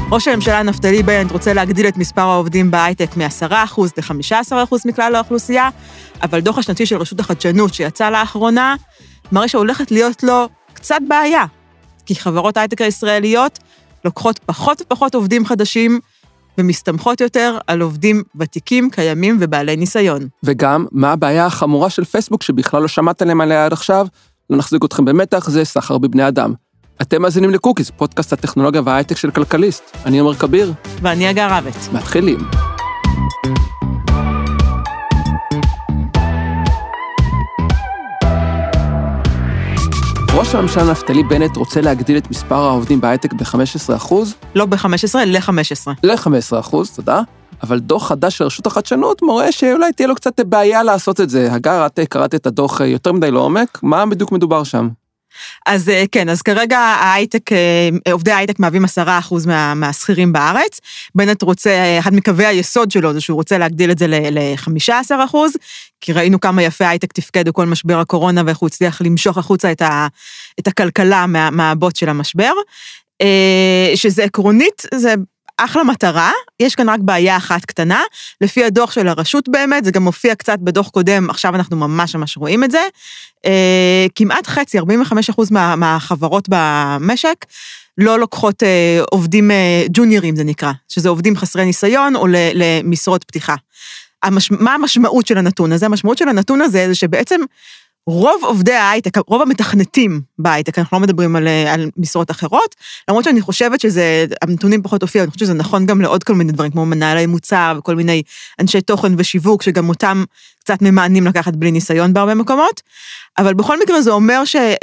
ראש הממשלה נפתלי בנט רוצה להגדיל את מספר העובדים בהייטק מ10% ל15% מכלל האוכלוסייה, אבל דוח השנתי של רשות החדשנות שיצא לאחרונה, מראה שהולכת להיות לו קצת בעיה, כי חברות ההייטק הישראליות לוקחות פחות ופחות עובדים חדשים, ומסתמכות יותר על עובדים ותיקים, קיימים ובעלי ניסיון. וגם, מה הבעיה החמורה של פייסבוק שבכלל לא שמעת עליהם עליה עד עכשיו? לא נחזיק אתכם במתח, זה סחר בבני אדם. אתם מאזינים לקוקיס, פודקאסט הטכנולוגיה וההייטק של כלכליסט. אני עומר כביר. ואני הגר רבץ. מתחילים. ראש הממשלה נפתלי בנט רוצה להגדיל את מספר העובדים בהייטק ב-15%. לא ב-15, ל-15. ל-15%, תודה. אבל דוח חדש של רשות החדשנות מראה שאולי תהיה לו קצת בעיה לעשות את זה. הגר, את קראת את הדוח יותר מדי לעומק, מה בדיוק מדובר שם? אז כן, אז כרגע ההייטק, עובדי ההייטק מהווים 10% מהשכירים בארץ. בנט רוצה, אחד מקווי היסוד שלו זה שהוא רוצה להגדיל את זה ל-15%, כי ראינו כמה יפה ההייטק תפקד בכל משבר הקורונה, ואיך הוא הצליח למשוך החוצה את הכלכלה מהבוט של המשבר, שזה עקרונית, זה אחלה מטרה, יש כאן רק בעיה אחת קטנה, לפי הדוח של הרשות באמת, זה גם מופיע קצת בדוח קודם, עכשיו אנחנו ממש רואים את זה, כמעט חצי, 45% מהחברות במשק, לא לוקחות עובדים ג'וניורים זה נקרא, שזה עובדים חסרי ניסיון או למשרות פתיחה. מה המשמעות של הנתון הזה? המשמעות של הנתון הזה זה שבעצם רוב עובדי ההייטק, רוב המתכנתים בהייטק, אנחנו לא מדברים על משרות אחרות, למרות שאני חושבת שזה, הנתונים פחות הופיעו, אני חושבת שזה נכון גם לעוד כל מיני דברים, כמו מנהלי מוצר וכל מיני אנשי תוכן ושיווק, שגם אותם קצת ממענים לקחת בלי ניסיון בהרבה מקומות, אבל בכל מקרה זה אומר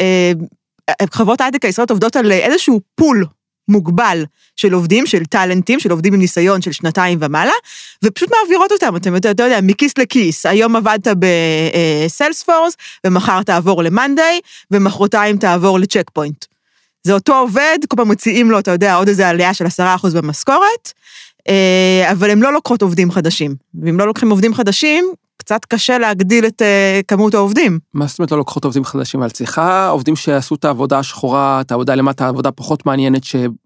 שחברות ההייטק הישראליות עובדות על איזשהו פול מוגבל של עובדים, של טלנטים, של עובדים עם ניסיון של 2 ומעלה, ופשוט מעבירות אותם, אתה יודע, מכיס לכיס, היום עבדת בסיילספורס, ומחר תעבור למנדיי, ומחרתיים תעבור לצ'ק פוינט. זה אותו עובד, כל פעם מציעים לו, אתה יודע, עוד איזו עלייה של 10% במשכורת, אבל הם לא לוקחות עובדים חדשים, ואם לא לוקחים עובדים חדשים, קצת קשה להגדיל את כמות העובדים. מה זאת אומרת לא לוקחות עובדים חדשים על צריכה? עובדים שעשו את העבודה השחורה, את העבודה למטה, העבודה פחות מעניינת,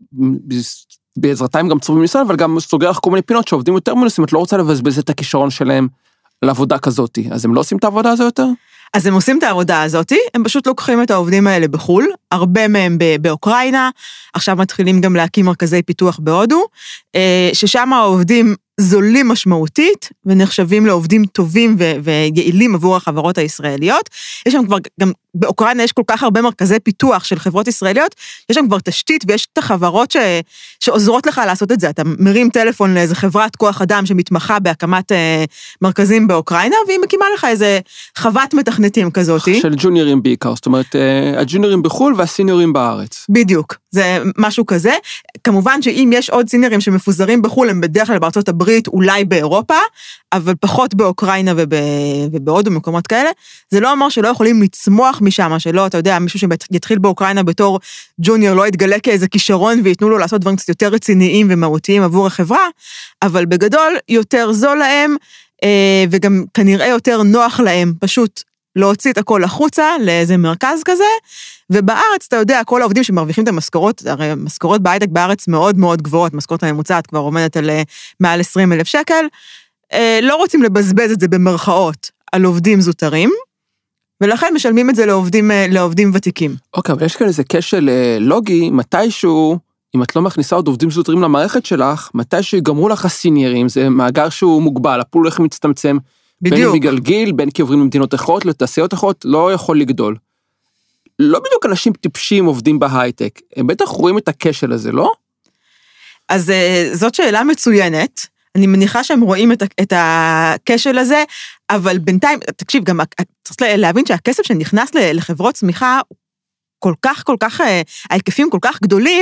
שבעזרתם גם צרובים ניסיון, אבל גם סוגר לך כל מיני פינות שעובדים יותר מנוסים, את לא רוצה לבזבז את הכישרון שלהם לעבודה כזאת, אז הם לא עושים את העבודה הזו יותר? אז הם עושים את העבודה הזאת, הם פשוט לוקחים את העובדים האלה בחול, הרבה מהם באוקראינה, עכשיו מתחילים גם להקים מרכזי פיתוח בהודו, ששם העובדים זולים משמעותית, ונחשבים לעובדים טובים ויעילים עבור החברות הישראליות. יש שם כבר, גם באוקראינה יש כל כך הרבה מרכזי פיתוח של חברות ישראליות, יש שם כבר תשתית, ויש את החברות שעוזרות לך לעשות את זה. אתה מרים טלפון לאיזה חברת כוח אדם שמתמחה בהקמת מרכזים באוקראינה, והיא מקימה לך איזה חוות מתכנתים כזאת. של ג'וניורים בעיקר, זאת אומרת, הג'וניורים בחול והסיניורים בארץ. בדיוק, זה משהו כזה. כמובן שאם יש עוד סיניורים שמפוזרים בחול, הם בדרך כלל בארצות הברית, אולי באירופה, אבל פחות באוקראינה ובעוד מקומות כאלה, זה לא אומר שלא יכולים לצמוח משם, שלא, אתה יודע, מישהו שיתחיל באוקראינה בתור ג'וניור, לא יתגלה כאיזה כישרון, ויתנו לו לעשות דברים קצת יותר רציניים ומהותיים עבור החברה, אבל בגדול יותר זול להם, וגם כנראה יותר נוח להם, פשוט להוציא את הכל החוצה לאיזה מרכז כזה, ובארץ, אתה יודע, כל העובדים שמרוויחים את המשכורות, הרי משכורות בהייטק בארץ מאוד מאוד גבוהות, משכורת הממוצעת כבר עומדת על מעל 20,000 שקל, לא רוצים לבזבז את זה במרכאות על עובדים זוטרים, ולכן משלמים את זה לעובדים ותיקים. אוקיי, אבל יש כאן איזה כשל לוגי, מתישהו, אם את לא מכניסה עוד עובדים זוטרים למערכת שלך, מתישהו יגמרו לך הסיניורים, זה מאגר שהוא מוגבל, הפול הולך מצטמצם, בין בגלל גיל, בין כי עוברים למדינות אחרות, לתעשיות אחרות, לא יכול לגדול. לא בדיוק אנשים טיפשים עובדים בהייטק, הם בטח רואים את הכשל הזה, לא? אז זאת שאלה מצוינת, אני מניחה שהם רואים את הכשל הזה, אבל בינתיים, תקשיב, גם צריך להבין שהכסף שנכנס לחברות צמיחה, כל כך, ההיקפים כל כך גדולים,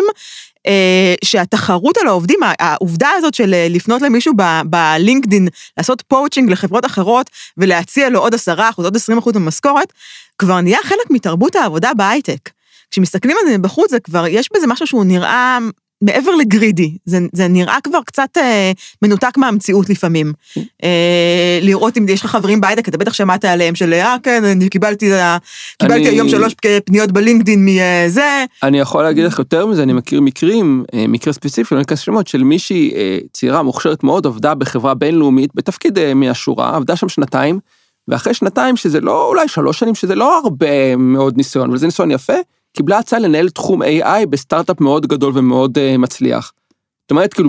שהתחרות על העובדים, העובדה הזאת של לפנות למישהו בלינקדין, לעשות פואוצ'ינג לחברות אחרות, ולהציע לו עוד 10%, עוד 20% במשכורת, כבר נהיה חלק מתרבות העבודה בהייטק. כשמסתכלים על זה בחוץ, זה כבר, יש בזה משהו שהוא נראה מעבר לגרידי, זה נראה כבר קצת מנותק מהמציאות לפעמים. לראות אם יש לך חברים בהייטק, אתה בטח שמעת עליהם של, כן, אני קיבלתי היום 3 פניות בלינקדין מזה. אני יכול להגיד לך יותר מזה, אני מכיר מקרה ספציפי, לא נכנס שמות, של מישהי צעירה מוכשרת מאוד, עבדה בחברה בינלאומית, בתפקיד מהשורה, עבדה שם 2 ואחרי 2 שזה לא, אולי 3 שנים, שזה לא הרבה מאוד ניסיון, אבל זה ניסיון יפה, קיבלה הצעה לנהל תחום AI בסטארט-אפ מאוד גדול ומאוד מצליח. זאת אומרת, כאילו,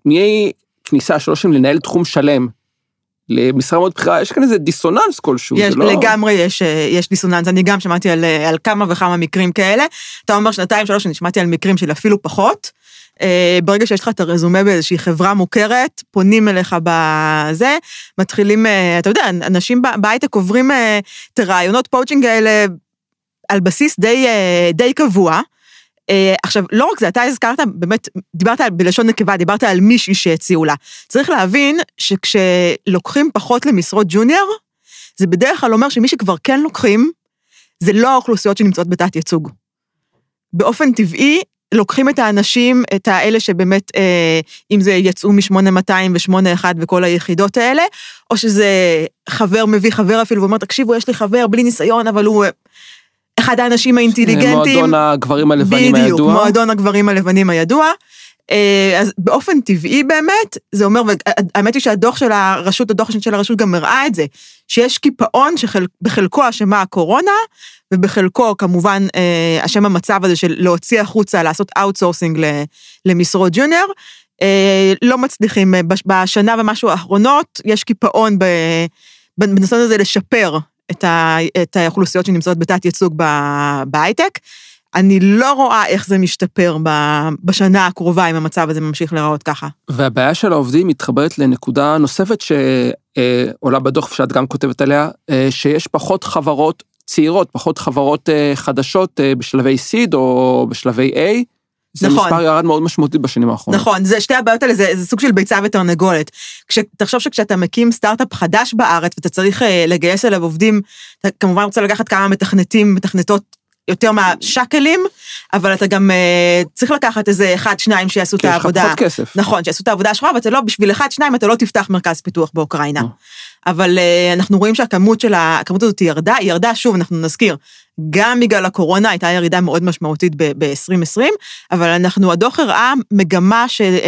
כניסה 3 שנים לנהל תחום שלם, למשרה מאוד בחירה, יש כאן איזה דיסוננס כלשהו. לגמרי יש דיסוננס, אני גם שמעתי על כמה וכמה מקרים כאלה, אתה אומר 2-3, אני שמעתי על מקרים של אפילו פחות, ברגע שיש לך את הרזומה באיזושהי חברה מוכרת, פונים אליך בזה, מתחילים, אתה יודע, אנשים בהייטק עוברים את הרעיונות פואוצ'ינג האלה, על בסיס די קבוע. עכשיו, לא רק זה, אתה הזכרת, באמת, דיברת בלשון נקבה, דיברת על מישהי שהציעו לה. צריך להבין שכשלוקחים פחות למשרות ג'וניור, זה בדרך כלל אומר שמי שכבר כן לוקחים, זה לא האוכלוסיות שנמצאות בתת ייצוג. באופן טבעי, לוקחים את האנשים, את האלה שבאמת, אם זה יצאו מ-8200 ו-81 וכל היחידות האלה, או שזה חבר מביא חבר אפילו, ואומר, תקשיבו, יש לי חבר בלי ניסיון, אבל הוא אחד האנשים האינטליגנטים. מועדון הגברים הלבנים הידוע. בדיוק, מועדון הגברים הלבנים הידוע. אז באופן טבעי באמת, זה אומר, והאמת היא שהדוח של הרשות, הדוח של הרשות גם מראה את זה, שיש קיפאון שבחלקו אשמה הקורונה, ובחלקו כמובן אשם המצב הזה של להוציא החוצה, לעשות אאוטסורסינג למשרות ג'וניור, לא מצליחים, בשנה ומשהו האחרונות, יש קיפאון בניסיון הזה לשפר את האוכלוסיות שנמצאות בתת ייצוג בהייטק. אני לא רואה איך זה משתפר בשנה הקרובה, אם המצב הזה ממשיך להיראות ככה. והבעיה של העובדים מתחברת לנקודה נוספת שעולה בדוח, שאת גם כותבת עליה, שיש פחות חברות צעירות, פחות חברות חדשות בשלבי seed או בשלבי A, זה נכון. מספר ירד מאוד משמעותי בשנים האחרונות. נכון, זה שתי הבעיות האלה, זה סוג של ביצה ותרנגולת. תחשוב שכשאתה מקים סטארט-אפ חדש בארץ, ואתה צריך לגייס אליו עובדים, אתה כמובן רוצה לקחת כמה מתכנתות יותר מהשקלים, אבל אתה גם צריך לקחת איזה 1-2 שיעשו את העבודה. כי יש לך פחות כסף. נכון, שיעשו את העבודה השחורה, ואתה לא, בשביל 1-2 אתה לא תפתח מרכז פיתוח באוקראינה. אבל אנחנו רואים שהכמות הזאת היא ירדה, שוב, אנחנו נזכיר, גם בגלל הקורונה הייתה ירידה מאוד משמעותית ב-2020, אבל הדוח הראה מגמה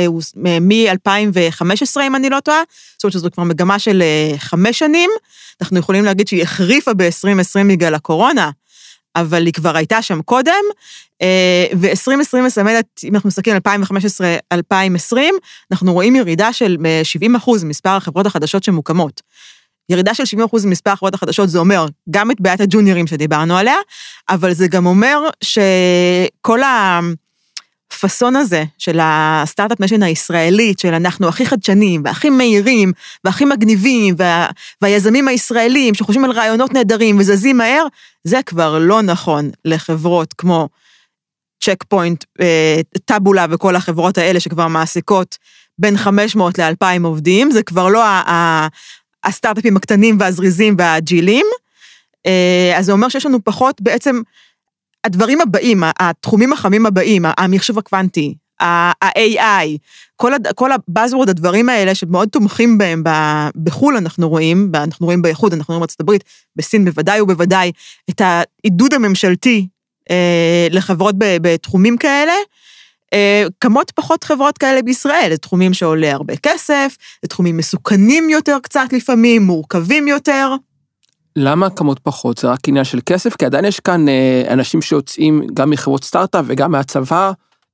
מ-2015, אם אני לא טועה, זאת אומרת שזו כבר מגמה של 5 שנים, אנחנו יכולים להגיד שהיא החריפה ב-2020 בגלל הקורונה, אבל היא כבר הייתה שם קודם, ו-2020 מסמלת, אם אנחנו מסתכלים 2015-2020, אנחנו רואים ירידה של 70% מספר החברות החדשות שמוקמות. ירידה של 70% מספר החברות החדשות, זה אומר גם את בעיית הג'וניורים שדיברנו עליה, אבל זה גם אומר שכל הפסון הזה של הסטארט-אפ ניישן הישראלית, של אנחנו הכי חדשנים, והכי מהירים, והכי מגניבים, והיזמים הישראלים שחושבים על רעיונות נהדרים וזזים מהר, זה כבר לא נכון לחברות כמו צ'ק פוינט, טאבולה וכל החברות האלה שכבר מעסיקות בין 500 ל-2,000 עובדים, זה כבר לא הסטארט-אפים הקטנים והזריזים והג'ילים, אז זה אומר שיש לנו פחות בעצם הדברים הבאים, התחומים החמים הבאים, המחשוב הקוונטי, ה-AI, כל הבאזוורד, הדברים האלה שמאוד תומכים בהם בחול אנחנו רואים באיחוד, אנחנו רואים בארצות הברית, בסין בוודאי ובוודאי, את העידוד הממשלתי לחברות בתחומים כאלה, כמות פחות חברות כאלה בישראל, זה תחומים שעולה הרבה כסף, זה תחומים מסוכנים יותר קצת לפעמים, מורכבים יותר. למה כמות פחות? זה רק עניין של כסף, כי עדיין יש כאן אנשים שיוצאים גם מחברות סטארט-אפ וגם מהצבא,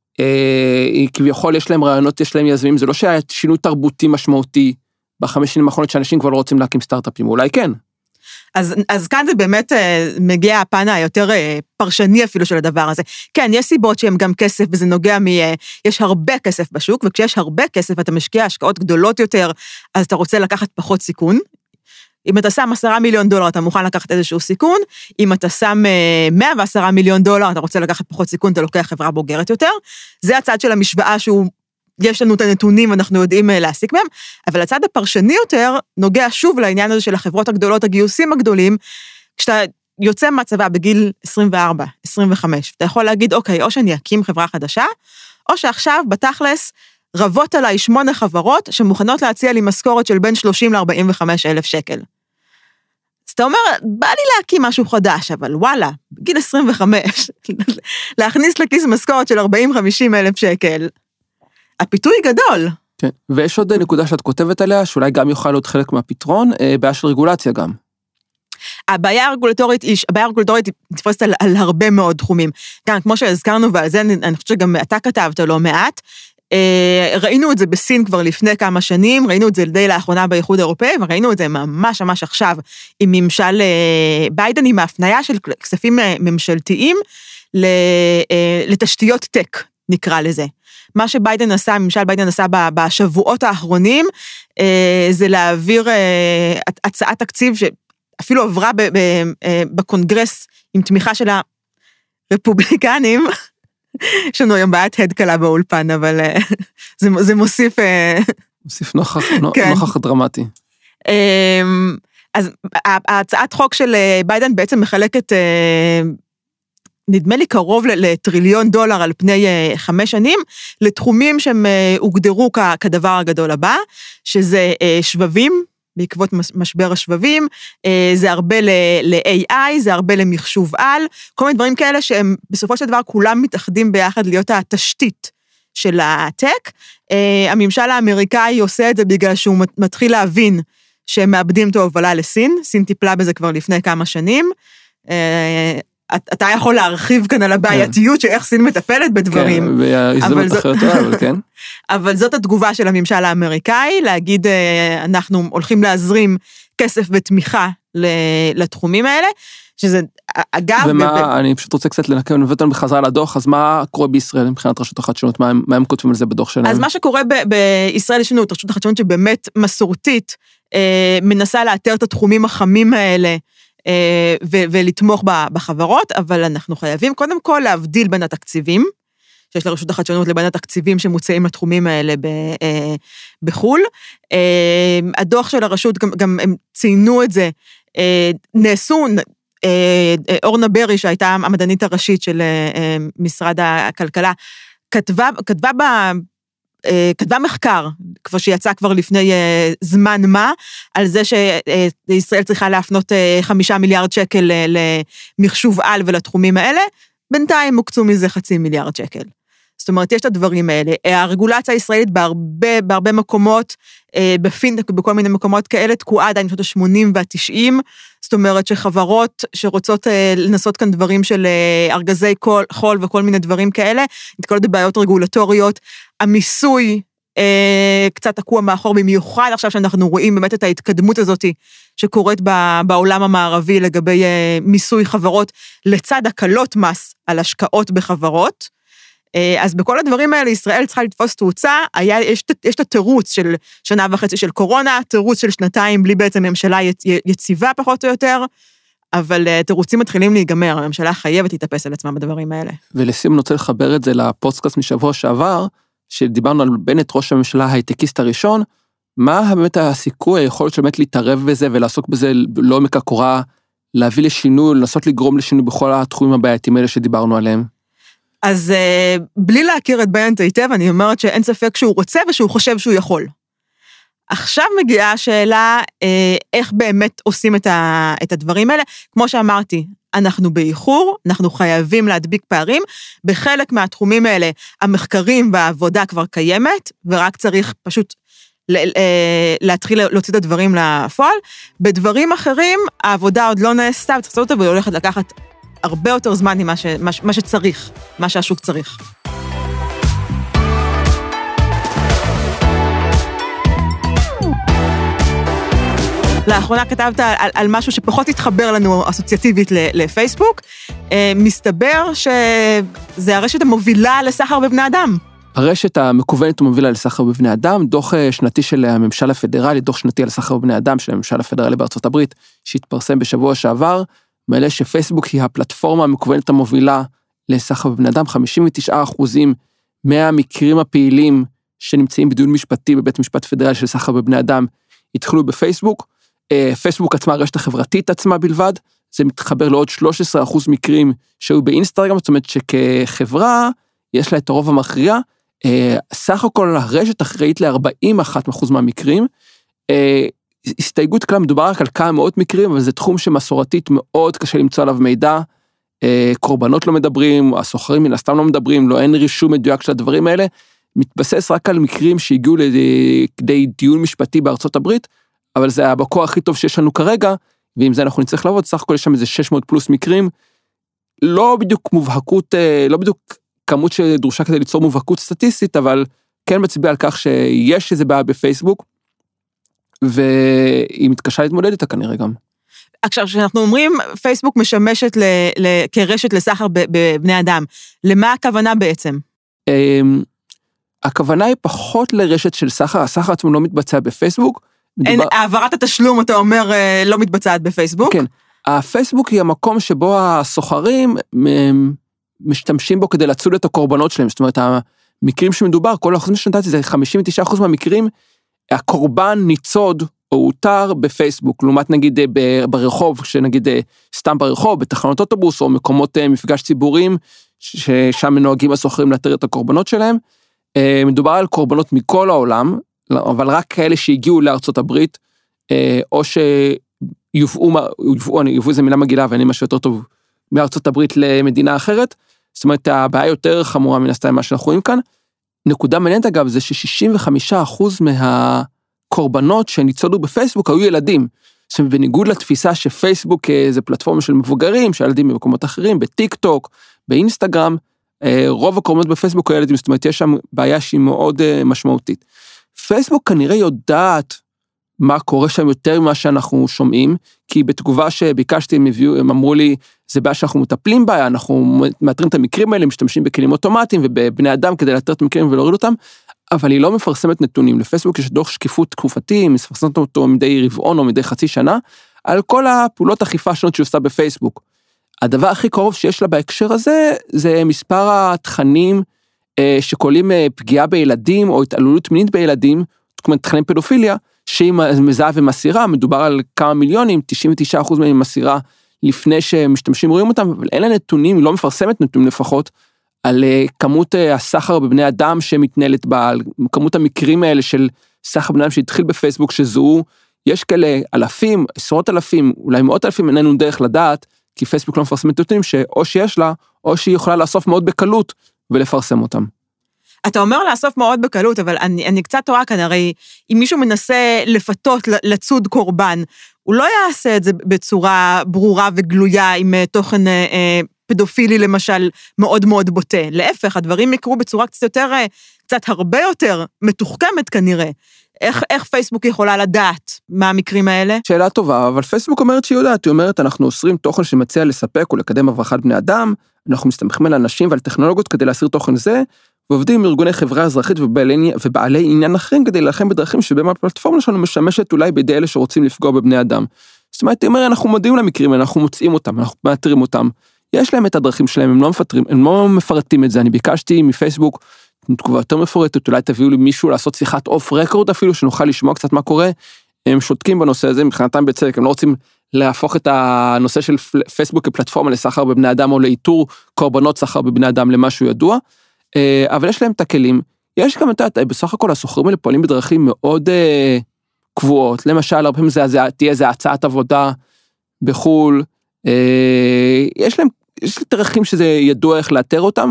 כביכול יש להם רעיונות, יש להם יזמים, זה לא שהיה שינוי תרבותי משמעותי, ב5 שנים האחרונות שאנשים כבר לא רוצים להקים סטארט-אפים, אולי כן. אז כאן זה באמת מגיע הפן היותר פרשני אפילו של הדבר הזה. כן, יש סיבות שהן גם כסף, וזה נוגע יש הרבה כסף בשוק, וכשיש הרבה כסף ואתה משקיע השקעות גדולות יותר, אז אתה רוצה לקחת פחות סיכון. אם אתה שם $10 מיליון, אתה מוכן לקחת איזשהו סיכון, אם אתה שם $110 מיליון, אתה רוצה לקחת פחות סיכון, אתה לוקח חברה בוגרת יותר. זה הצד של המשוואה יש לנו את הנתונים, אנחנו יודעים להסיק מהם, אבל הצד הפרשני יותר נוגע שוב לעניין הזה של החברות הגדולות, הגיוסים הגדולים, כשאתה יוצא מהצבא בגיל 24, 25, אתה יכול להגיד, אוקיי, או שאני אקים חברה חדשה, או שעכשיו בתכלס רבות עליי 8 חברות שמוכנות להציע לי משכורת של בין 30 ל-45 אלף שקל. אז אתה אומר, בא לי להקים משהו חדש, אבל וואלה, בגיל 25, להכניס לכיס משכורת של 40-50 אלף שקל, הפיתוי גדול. כן, ויש עוד נקודה שאת כותבת עליה, שאולי גם יוכל להיות חלק מהפתרון, בעיה של רגולציה גם. הבעיה הרגולטורית נתפסת על הרבה מאוד תחומים. גם כמו שהזכרנו, ועל זה אני חושבת שגם אתה כתבת לא מעט, ראינו את זה בסין כבר לפני כמה שנים, ראינו את זה די לאחרונה באיחוד האירופאי, וראינו את זה ממש עכשיו עם ממשל ביידן, עם ההפניה של כספים ממשלתיים לתשתיות טק, נקרא לזה. מה שביידן עשה, ממשל ביידן עשה בשבועות האחרונים, זה להעביר הצעת תקציב שאפילו עברה בקונגרס עם תמיכה של הרפובליקנים, יש לנו היום בעיית הד קלה באולפן, אבל זה מוסיף... מוסיף נוכח דרמטי. אז ההצעת חוק של ביידן בעצם מחלקת, נדמה לי קרוב לטריליון דולר על פני 5 שנים, לתחומים שהם הוגדרו כדבר הגדול הבא, שזה שבבים, בעקבות משבר השבבים, זה הרבה ל-AI, זה הרבה למחשוב על, כל מיני דברים כאלה שהם בסופו של דבר כולם מתאחדים ביחד להיות התשתית של הטק. הממשל האמריקאי עושה את זה בגלל שהוא מתחיל להבין שהם מאבדים את ההובלה לסין, סין טיפלה בזה כבר לפני כמה שנים, אתה יכול להרחיב כאן על הבעייתיות שאיך סין מטפלת בדברים. אבל זאת התגובה של הממשל האמריקאי, להגיד, אנחנו הולכים להזרים כסף ותמיכה לתחומים האלה, שזה אגב... אני פשוט רוצה קצת לנקם, נביא אותנו בחזרה לדוח, אז מה קורה בישראל מבחינת רשות החדשנות, מה הם כותבים על זה בדוח שלהם? אז מה שקורה בישראל יש לנו את רשות החדשנות שבאמת מסורתית, מנסה לאתר את התחומים החמים האלה, ולתמוך בחברות, אבל אנחנו חייבים קודם כל להבדיל בין התקציבים, שיש לרשות החדשנות לבין התקציבים שמוצאים לתחומים האלה בחול. הדוח של הרשות, גם הם ציינו את זה, נעשו, אורנה ברי, שהייתה המדענית הראשית של משרד הכלכלה, כתבה מחקר, כבר שיצא כבר לפני זמן מה, על זה שישראל צריכה להפנות 5 מיליארד שקל למחשוב על ולתחומים האלה, בינתיים הוקצו מזה 0.5 מיליארד שקל. זאת אומרת, יש את הדברים האלה. הרגולציה הישראלית בהרבה מקומות, בפינטק ובכל מיני מקומות כאלה, תקועה עדיין שנות ה-80 וה-90, זאת אומרת שחברות שרוצות לנסות כאן דברים של ארגזי חול וכל מיני דברים כאלה, נתקלות בבעיות רגולטוריות, המיסוי קצת תקוע מאחור, במיוחד עכשיו שאנחנו רואים באמת את ההתקדמות הזאת שקורית בעולם המערבי לגבי מיסוי חברות, לצד הקלות מס על השקעות בחברות. אז בכל הדברים האלה ישראל צריכה לתפוס תאוצה, יש את התירוץ של 1.5 שנה של קורונה, תירוץ של 2 בלי בעצם ממשלה יציבה פחות או יותר, אבל תירוצים מתחילים להיגמר, הממשלה חייבת להתאפס על עצמה בדברים האלה. ולסיום אני רוצה לחבר את זה לפודקאסט משבוע שעבר, שדיברנו על בנט ראש הממשלה ההייטקיסט הראשון, מה באמת הסיכוי, היכולת של באמת להתערב בזה ולעסוק בזה לעומק הקורה, להביא לשינוי, לנסות לגרום לשינוי בכל התחומים הבעייתיים האלה שדיברנו עליהם? אז בלי להכיר את בנט היטב, אני אומרת שאין ספק שהוא רוצה ושהוא חושב שהוא יכול. עכשיו מגיעה השאלה איך באמת עושים את הדברים האלה. כמו שאמרתי, אנחנו באיחור, אנחנו חייבים להדביק פערים, בחלק מהתחומים האלה המחקרים והעבודה כבר קיימת, ורק צריך פשוט להתחיל להוציא את הדברים לפועל. בדברים אחרים העבודה עוד לא נעשתה, וצריך לעשות אותה והיא הולכת לקחת הרבה יותר זמן ממה שצריך, מה שהשוק צריך. לאחרונה כתבת על משהו שפחות התחבר לנו אסוציאטיבית לפייסבוק, מסתבר שזה הרשת המובילה לסחר בבני אדם. הרשת המקוונת ומובילה לסחר בבני אדם, דוח שנתי של הממשל הפדרלי, דוח שנתי על סחר בבני אדם של הממשל הפדרלי בארצות הברית, שהתפרסם בשבוע שעבר, מעלה שפייסבוק היא הפלטפורמה המקוונת המובילה לסחר בבני אדם, 59% מהמקרים הפעילים שנמצאים בדיון משפטי בבית משפט פדרלי של סחר בבני אדם, התחילו בפייסבוק, פייסבוק עצמה, הרשת החברתית עצמה בלבד, זה מתחבר לעוד 13% מקרים שהיו באינסטגרם, זאת אומרת שכחברה יש לה את הרוב המכריע, סך הכל הרשת אחראית ל-41% מהמקרים, הסתייגות כלל מדובר רק על כמה מאות מקרים, אבל זה תחום שמסורתית מאוד קשה למצוא עליו מידע, קורבנות לא מדברים, הסוחרים מן הסתם לא מדברים, לא אין רישום מדויק של הדברים האלה, מתבסס רק על מקרים שהגיעו לכדי דיון משפטי בארצות הברית, אבל זה הבקור הכי טוב שיש לנו כרגע, ועם זה אנחנו נצטרך לעבוד, סך הכל יש שם איזה 600 פלוס מקרים, לא בדיוק מובהקות, לא בדיוק כמות שדרושה כדי ליצור מובהקות סטטיסטית, אבל כן מצביע על כך שיש איזה בעיה בפייסבוק, והיא מתקשה להתמודד איתה כנראה גם. עכשיו, כשאנחנו אומרים, פייסבוק משמשת כרשת לסחר בבני אדם, למה הכוונה בעצם? הכוונה היא פחות לרשת של סחר, הסחר עצמו לא מתבצע בפייסבוק. העברת התשלום, אתה אומר, לא מתבצעת בפייסבוק? כן, הפייסבוק היא המקום שבו הסוחרים משתמשים בו כדי לצוד את הקורבנות שלהם, זאת אומרת, המקרים שמדובר, כל אחוז משנתתי, זה 59% מהמקרים, הקורבן ניצוד או הותר בפייסבוק, לעומת נגיד ברחוב, שנגיד סתם ברחוב, בתחנות אוטובוס, או מקומות מפגש ציבוריים, ששם נוהגים הסוחרים לאתר את הקורבנות שלהם, מדובר על קורבנות מכל העולם, אבל רק כאלה שהגיעו לארצות הברית, או שיובאו איזה מילה מגילה, ואני משהו יותר טוב, מארצות הברית למדינה אחרת, זאת אומרת, הבעיה יותר חמורה מן הסתם מה שאנחנו רואים כאן, נקודה מעניינת אגב, זה ש65% מהקורבנות שניצודו בפייסבוק היו ילדים, זאת אומרת, בניגוד לתפיסה שפייסבוק זה פלטפורמה של מבוגרים, שילדים במקומות אחרים, בטיק טוק, באינסטגרם, רוב הקורבנות בפייסבוק היו ילדים, זאת אומרת, יש שם בעיה שהיא מאוד משמעותית. פייסבוק כנראה יודעת מה קורה שם יותר ממה שאנחנו שומעים, כי בתגובה שביקשתי הם אמרו לי, זה בעיה שאנחנו מטפלים בה, אנחנו מאתרים את המקרים האלה, משתמשים בכלים אוטומטיים ובבני אדם כדי לאתר את המקרים ולהוריד אותם, אבל היא לא מפרסמת נתונים. לפייסבוק יש דוח שקיפות תקופתי, מפרסמת אותו מדי רבעון או מדי חצי שנה, על כל הפעולות אכיפה שונות שעושה בפייסבוק. הדבר הכי קרוב שיש לה בהקשר הזה, זה מספר התכנים שכוללים פגיעה בילדים או התעללות מינית בילדים, זאת אומרת תכנים פדופיליה, שהיא מזהה ומסירה, מדובר על כמה מיליונים, 99% מהם מסירה לפני שמשתמשים רואים אותם, אבל אין לה נתונים, היא לא מפרסמת נתונים לפחות, על כמות הסחר בבני אדם שמתנהלת בה, על כמות המקרים האלה של סחר בבני אדם שהתחיל בפייסבוק שזוהו, יש כאלה אלפים, עשרות אלפים, אולי מאות אלפים, אין לנו דרך לדעת, כי פייסבוק לא מפרסמת נתונים שאו שיש לה, או שהיא יכולה לאסוף מאוד בקלות ולפרסם אותם. אתה אומר לאסוף מאוד בקלות, אבל אני קצת טועה כאן, הרי אם מישהו מנסה לפתות לצוד קורבן, הוא לא יעשה את זה בצורה ברורה וגלויה, עם תוכן פדופילי למשל מאוד מאוד בוטה. להפך, הדברים יקרו בצורה קצת הרבה יותר מתוחכמת כנראה. איך פייסבוק יכולה לדעת מה המקרים האלה? שאלה טובה, אבל פייסבוק אומרת שהיא יודעת, היא אומרת, אנחנו אוסרים תוכן שמציע לספק ולקדם הברחת בני אדם, אנחנו מסתמכים על אנשים ועל טכנולוגיות כדי להסיר תוכן זה, ועובדים עם ארגוני חברה אזרחית ובעלי עניין אחרים כדי להילחם בדרכים שבהם הפלטפורמה שלנו משמשת אולי בידי אלה שרוצים לפגוע בבני אדם. זאת אומרת, היא אומרת, אנחנו מודיעים למקרים, אנחנו מוצאים אותם, אנחנו מאתרים אותם, יש להם את הדרכים שלהם, הם לא מפרטים את זה, אני ביקשתי מפייסבוק, תגובה יותר מפורטת, אולי תביאו לי מישהו לעשות שיחת אוף רקורד אפילו, שנוכל לשמוע קצת מה קורה, הם שותקים בנושא הזה, מבחינתם בצדק, הם לא רוצים להפוך את הנושא של פייסבוק כפלטפורמה לסחר בבני אדם, או לאיתור קורבנות סחר בבני אדם למשהו ידוע, אבל יש להם את הכלים, יש גם בסך הכל הסוחרים האלה פועלים בדרכים מאוד קבועות, למשל, הרבה פעמים תהיה איזה הצעת עבודה בחול, יש להם דרכים שזה ידוע איך לאתר אותם,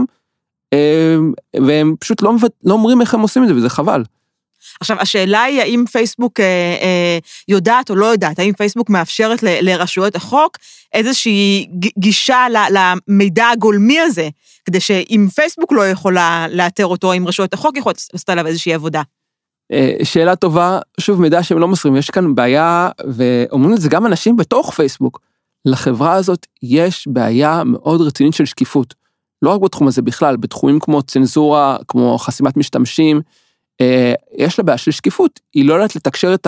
והם פשוט לא אומרים איך הם עושים את זה, וזה חבל. עכשיו, השאלה היא, האם פייסבוק יודעת או לא יודעת, האם פייסבוק מאפשרת לרשויות החוק איזושהי גישה למידע הגולמי הזה, כדי שאם פייסבוק לא יכולה לאתר אותו, אם רשויות החוק יכולות לעשות עליו איזושהי עבודה? שאלה טובה, שוב, מידע שהם לא מוסרים, יש כאן בעיה, ואומרים את זה גם אנשים בתוך פייסבוק, לחברה הזאת יש בעיה מאוד רצינית של שקיפות, לא רק בתחום הזה בכלל, בתחומים כמו צנזורה, כמו חסימת משתמשים, יש לה בעיה של שקיפות, היא לא יודעת לתקשר את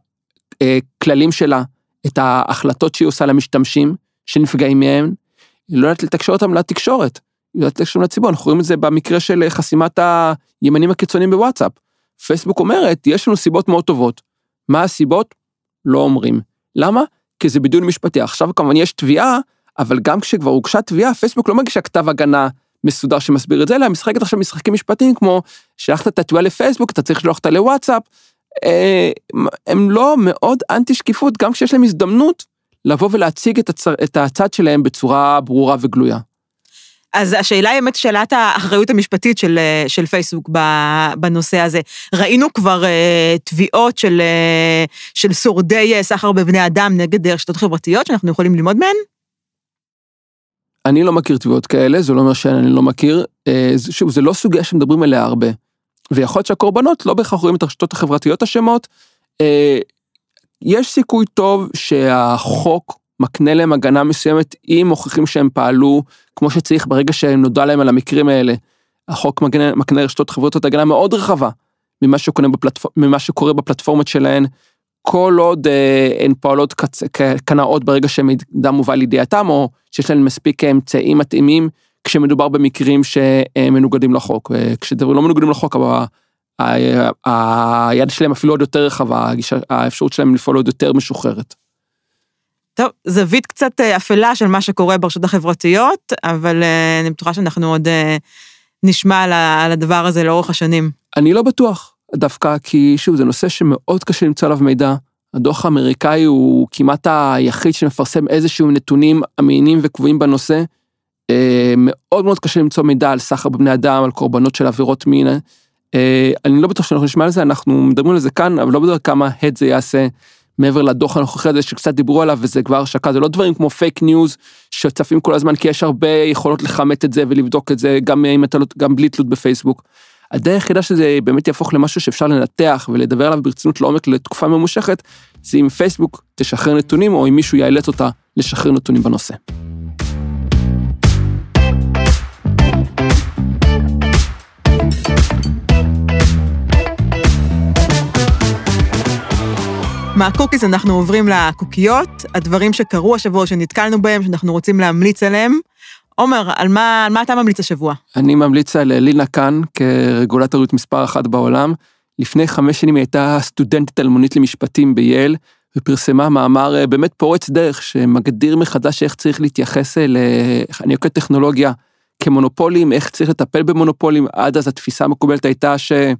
הכללים שלה, את ההחלטות שהיא עושה למשתמשים, שנפגעים מהם, היא לא יודעת לתקשר אותם לתקשורת, היא יודעת לתקשר לציבור, אנחנו רואים את זה במקרה של חסימת הימנים הקיצוניים בוואטסאפ, פייסבוק אומרת, יש לנו סיבות מאוד טובות, מה הסיבות? לא אומרים. למה? כי זה בדיון משפטי, עכשיו כמובן יש תביעה, אבל גם כשכבר הוגשה תביעה, פייסבוק לא מגישה כתב הגנה מסודר שמסביר את זה, אלא משחקת עכשיו משחקים משפטיים, כמו שלחת את התביעה לפייסבוק, אתה צריך לשלוח אותה לוואטסאפ, הם לא מאוד אנטי שקיפות, גם כשיש להם הזדמנות, לבוא ולהציג את הצד שלהם בצורה ברורה וגלויה. אז השאלה היא באמת שאלת האחריות המשפטית של פייסבוק בנושא הזה. ראינו כבר תביעות של שורדי סחר בבני אדם נגד רשתות חברתיות, שאנחנו יכולים ללמוד מהן? אני לא מכיר תביעות כאלה, זה לא אומר שאני לא מכיר. שוב, זה לא סוגיה שמדברים עליה הרבה. ויכול להיות שהקורבנות לא בהכרח רואים את הרשתות החברתיות השמות. יש סיכוי טוב שהחוק מקנה להם הגנה מסוימת, אם מוכיחים שהם פעלו כמו שצריך ברגע שהם נודע להם על המקרים האלה. החוק מקנה רשתות חברתיות הגנה מאוד רחבה, ממה שקורה בפלטפורמות שלהן, כל עוד הן פועלות כנאות ברגע שמידע מובא לידיעתם, או שיש להן מספיק אמצעים מתאימים, כשמדובר במקרים שמנוגדים לחוק. כשדברים לא מנוגדים לחוק, אבל היד שלהם אפילו עוד יותר רחבה, האפשרות שלהם לפעול עוד יותר משוחררת. טוב, זווית קצת אפלה של מה שקורה ברשתות החברתיות, אבל אני בטוחה שאנחנו עוד נשמע על הדבר הזה לאורך השנים. אני לא בטוח, דווקא כי שוב, זה נושא שמאוד קשה למצוא עליו מידע. הדוח האמריקאי הוא כמעט היחיד שמפרסם איזשהו נתונים אמינים וקבועים בנושא. מאוד מאוד קשה למצוא מידע על סחר בבני אדם, על קורבנות של עבירות מין. אני לא בטוח שאנחנו נשמע על זה, אנחנו מדברים על זה כאן, אבל לא בטוח כמה הד זה יעשה מעבר לדוח הנוכחי הזה שקצת דיברו עליו, וזה כבר שקע, זה לא דברים כמו פייק ניוז, שצפים כל הזמן, כי יש הרבה יכולות לחמת את זה ולבדוק את זה, גם בלי תלות בפייסבוק. הדרך היחידה שזה באמת יהפוך למשהו שאפשר לנתח ולדבר עליו ברצינות לעומק לתקופה ממושכת, זה אם פייסבוק תשחרר נתונים, או אם מישהו יאלץ אותה לשחרר נתונים בנושא. מהקוקיס אנחנו עוברים לקוקיות, הדברים שקרו השבוע שנתקלנו בהם, שאנחנו רוצים להמליץ עליהם. עומר, על מה אתה ממליץ השבוע? אני ממליץ על לינה קאן, כרגולטורית מספר 1 בעולם. לפני 5 שנים היא הייתה סטודנטית אלמונית למשפטים בייל, ופרסמה מאמר באמת פורץ דרך, שמגדיר מחדש איך צריך להתייחס לחניקות טכנולוגיה כמונופולים, איך צריך לטפל במונופולים. עד אז התפיסה המקובלת הייתה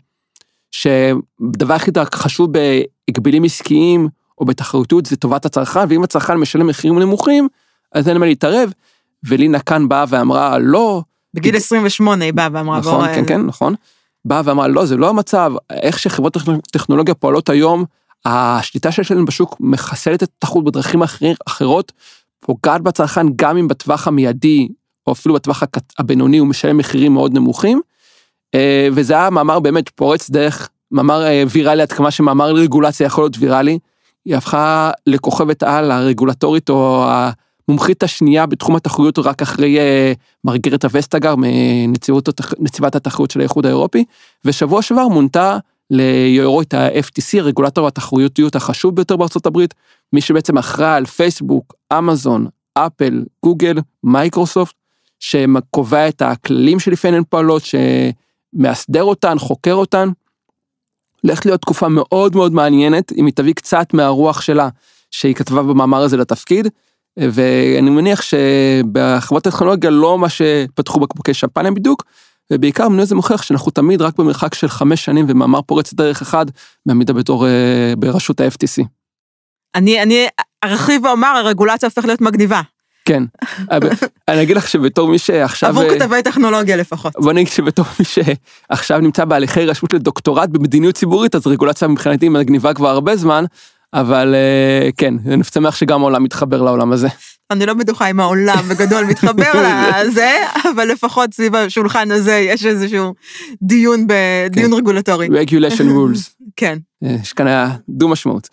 שדבר הכי חשוב בהגבלים עסקיים או בתחרותיות זה טובת הצרכן, ואם הצרכן משלם מחירים נמוכים, אז אין מה להתערב, ולינה קאן באה ואמרה לא. בגיל 28 היא באה ואמרה. נכון, כן, נכון. באה ואמרה לא, זה לא המצב, איך שחברות טכנולוגיה פועלות היום, השליטה שלהם בשוק מחסלת את התחרות בדרכים אחרות, פוגעת בצרכן גם אם בטווח המיידי, או אפילו בטווח הבינוני, הוא משלם מחירים מאוד נמוכים, וזה היה מאמר באמת פורץ דרך, מאמר ויראלי, עד כמה שמאמר לרגולציה יכול להיות ויראלי, היא הפכה לכוכבת על הרגולטורית, או המומחית השנייה בתחום התחרויות, רק אחרי מרגרט וסטגר, נציבת התחרויות של האיחוד האירופי, ושבוע שעבר מונתה ליורו את ה-FTC, הרגולטור התחרויותיות החשוב ביותר בארצות הברית, מי שבעצם אחראי על פייסבוק, אמזון, אפל, גוגל, מייקרוסופט, שקובע את הכללים שלפעמים הן פועלות, שמאסדר אותן, חוקר אותן, הולכת להיות תקופה מאוד מאוד מעניינת, אם היא תביא קצת מהרוח שלה, שהיא כתבה במאמר הזה לתפקיד, ואני מניח שבחברות הטכנולוגיה לא מה שפתחו בקבוקי שמפניה בדיוק, ובעיקר מנוי זה מוכיח שאנחנו תמיד רק במרחק של 5 שנים, ומאמר פורץ דרך אחד, מעמידה בתור ברשות ה-FTC. אני ארחיב ואומר, הרגולציה הופך להיות מגניבה. כן, אני אגיד לך שבתור מי שעכשיו... עבור כתבי טכנולוגיה לפחות. בוא נגיד שבתור מי שעכשיו נמצא בהליכי רשמות לדוקטורט במדיניות ציבורית, אז רגולציה מבחינתי מגניבה כבר הרבה זמן, אבל כן, אני שמח שגם העולם מתחבר לעולם הזה. אני לא בטוחה אם העולם בגדול מתחבר לזה, אבל לפחות סביב השולחן הזה יש איזשהו דיון רגולטורי. Regulation rules. כן. יש כאן היה דו משמעות.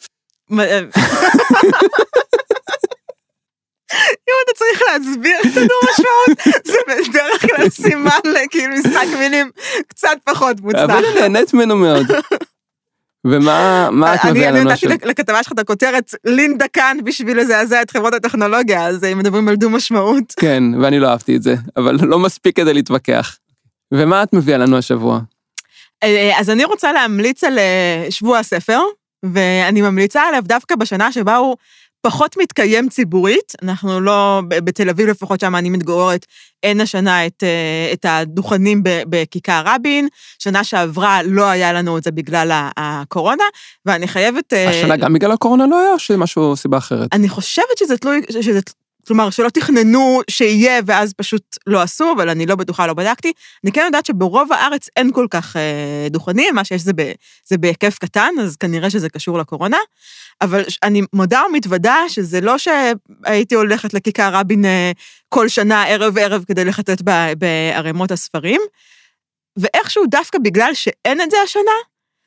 אם אתה צריך להסביר את הדו משמעות, זה בדרך כלל סימן לכאילו משחק מילים קצת פחות מוצלח. אבל אני נהנית ממנו מאוד. ומה את מביאה לנו? אני נתתי לכתבה שלך את הכותרת, לינדה כאן בשביל לזעזע את חברות הטכנולוגיה, אז אם מדברים על דו משמעות. כן, ואני לא אהבתי את זה, אבל לא מספיק כדי להתווכח. ומה את מביאה לנו השבוע? אז אני רוצה להמליץ על שבוע הספר, ואני ממליצה עליו דווקא בשנה שבה הוא פחות מתקיים ציבורית, אנחנו לא, בתל אביב לפחות שם אני מתגוררת, אין השנה את הדוכנים בכיכר רבין, שנה שעברה לא היה לנו את זה בגלל הקורונה, ואני חייבת... השנה גם בגלל הקורונה לא היה, או שמשהו סיבה אחרת? אני חושבת שזה תלוי, כלומר, שלא תכננו שיהיה, ואז פשוט לא עשו, אבל אני לא בטוחה, לא בדקתי. אני כן יודעת שברוב הארץ אין כל כך דוכנים, מה שיש זה בהיקף קטן, אז כנראה שזה קשור לקורונה, אבל אני מודה ומתוודה שזה לא שהייתי הולכת לכיכר רבין כל שנה, ערב כדי לחטט בערימות הספרים, ואיכשהו דווקא בגלל שאין את זה השנה,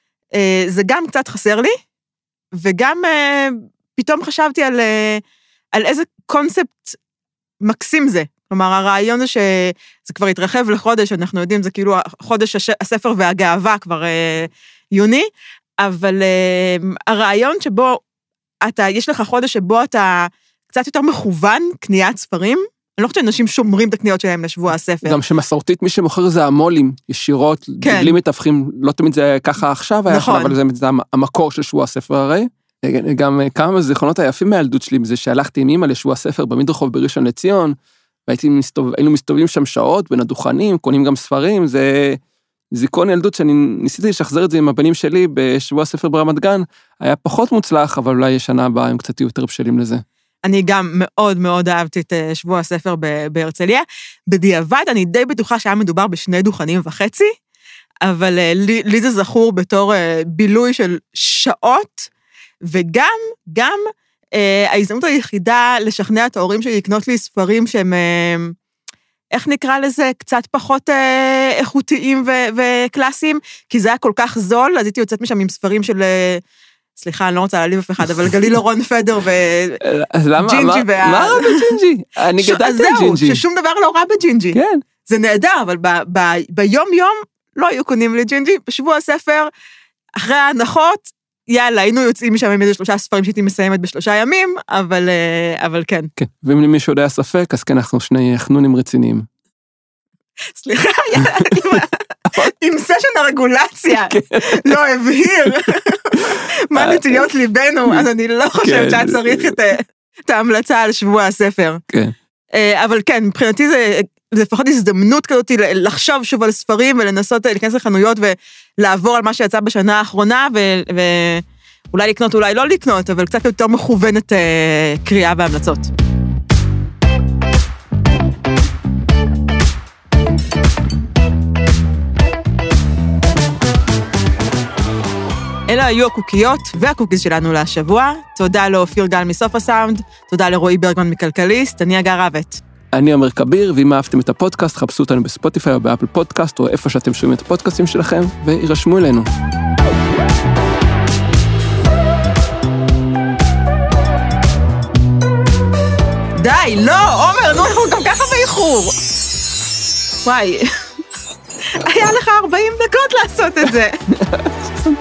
זה גם קצת חסר לי, וגם פתאום חשבתי על איזה קונספט מקסים זה. כלומר, הרעיון זה שזה כבר התרחב לחודש, אנחנו יודעים, זה כאילו חודש הספר והגאווה כבר יוני, אבל הרעיון שבו יש לך חודש שבו אתה קצת יותר מכוון קניית ספרים, אני לא חושבת שאנשים שומרים את הקניות שלהם לשבוע הספר. גם שמסורתית מי שמוכר זה המולים, ישירות, בלי מתווכים, לא תמיד זה ככה עכשיו, נכון. אבל זה המקור של שבוע הספר הרי. גם כמה מהזיכרונות היפים מהילדות שלי, זה שהלכתי עם אמא לשבוע הספר במדרחוב בראשון לציון, והיינו מסתובבים שם שעות בין הדוכנים, קונים גם ספרים, זה זיכרון ילדות שאני ניסיתי לשחזר את זה עם הבנים שלי בשבוע הספר ברמת גן, היה פחות מוצלח, אבל אולי שנה הבאה הם קצת יותר בשלים לזה. אני גם מאוד מאוד אהבתי את שבוע הספר בהרצליה, בדיעבד אני די בטוחה שהיה מדובר בשני דוכנים וחצי, אבל לי זה זכור בתור בילוי של שעות, וגם ההזדמנות היחידה לשכנע את ההורים שלי לקנות לי ספרים שהם, איך נקרא לזה, קצת פחות איכותיים וקלאסיים, כי זה היה כל כך זול, אז הייתי יוצאת משם עם ספרים של, סליחה, אני לא רוצה להעליב אף אחד, אבל גליל אורון פדר וג'ינג'י. מה רע בג'ינג'י? אני גדלתי על ג'ינג'י. זהו, ששום דבר לא רע בג'ינג'י. כן. זה נהדר, אבל ביום יום לא היו קונים לי ג'ינג'י, בשבוע הספר, אחרי ההנחות, יאללה, היינו יוצאים משם עם איזה 3 ספרים שהייתי מסיימת ב3 ימים, אבל כן. כן, ואם למישהו יודע ספק, אז כן, אנחנו שני חנונים רציניים. סליחה, עם סשן הרגולציה, לא הבהיר מה נטיות ליבנו, אז אני לא חושבת שהיה צריך את ההמלצה על שבוע הספר. כן. אבל כן, מבחינתי זה לפחות הזדמנות כזאת לחשוב שוב על ספרים ולנסות להיכנס לחנויות ולעבור על מה שיצא בשנה האחרונה ואולי לקנות, אולי לא לקנות, אבל קצת יותר מכוונת קריאה והמלצות. אלה היו הקוקיות והקוקיז שלנו לשבוע. תודה לאופיר גל מסוף הסאונד, תודה לרועי ברגמן מכלכליסט, אני אגר רבת. אני עומר כביר, ואם אהבתם את הפודקאסט, חפשו אותנו בספוטיפיי או באפל פודקאסט, או איפה שאתם שומעים את הפודקאסטים שלכם, וירשמו אלינו. די, לא, עומר, נו, אנחנו גם ככה באיחור. וואי, היה לך 40 דקות לעשות את זה.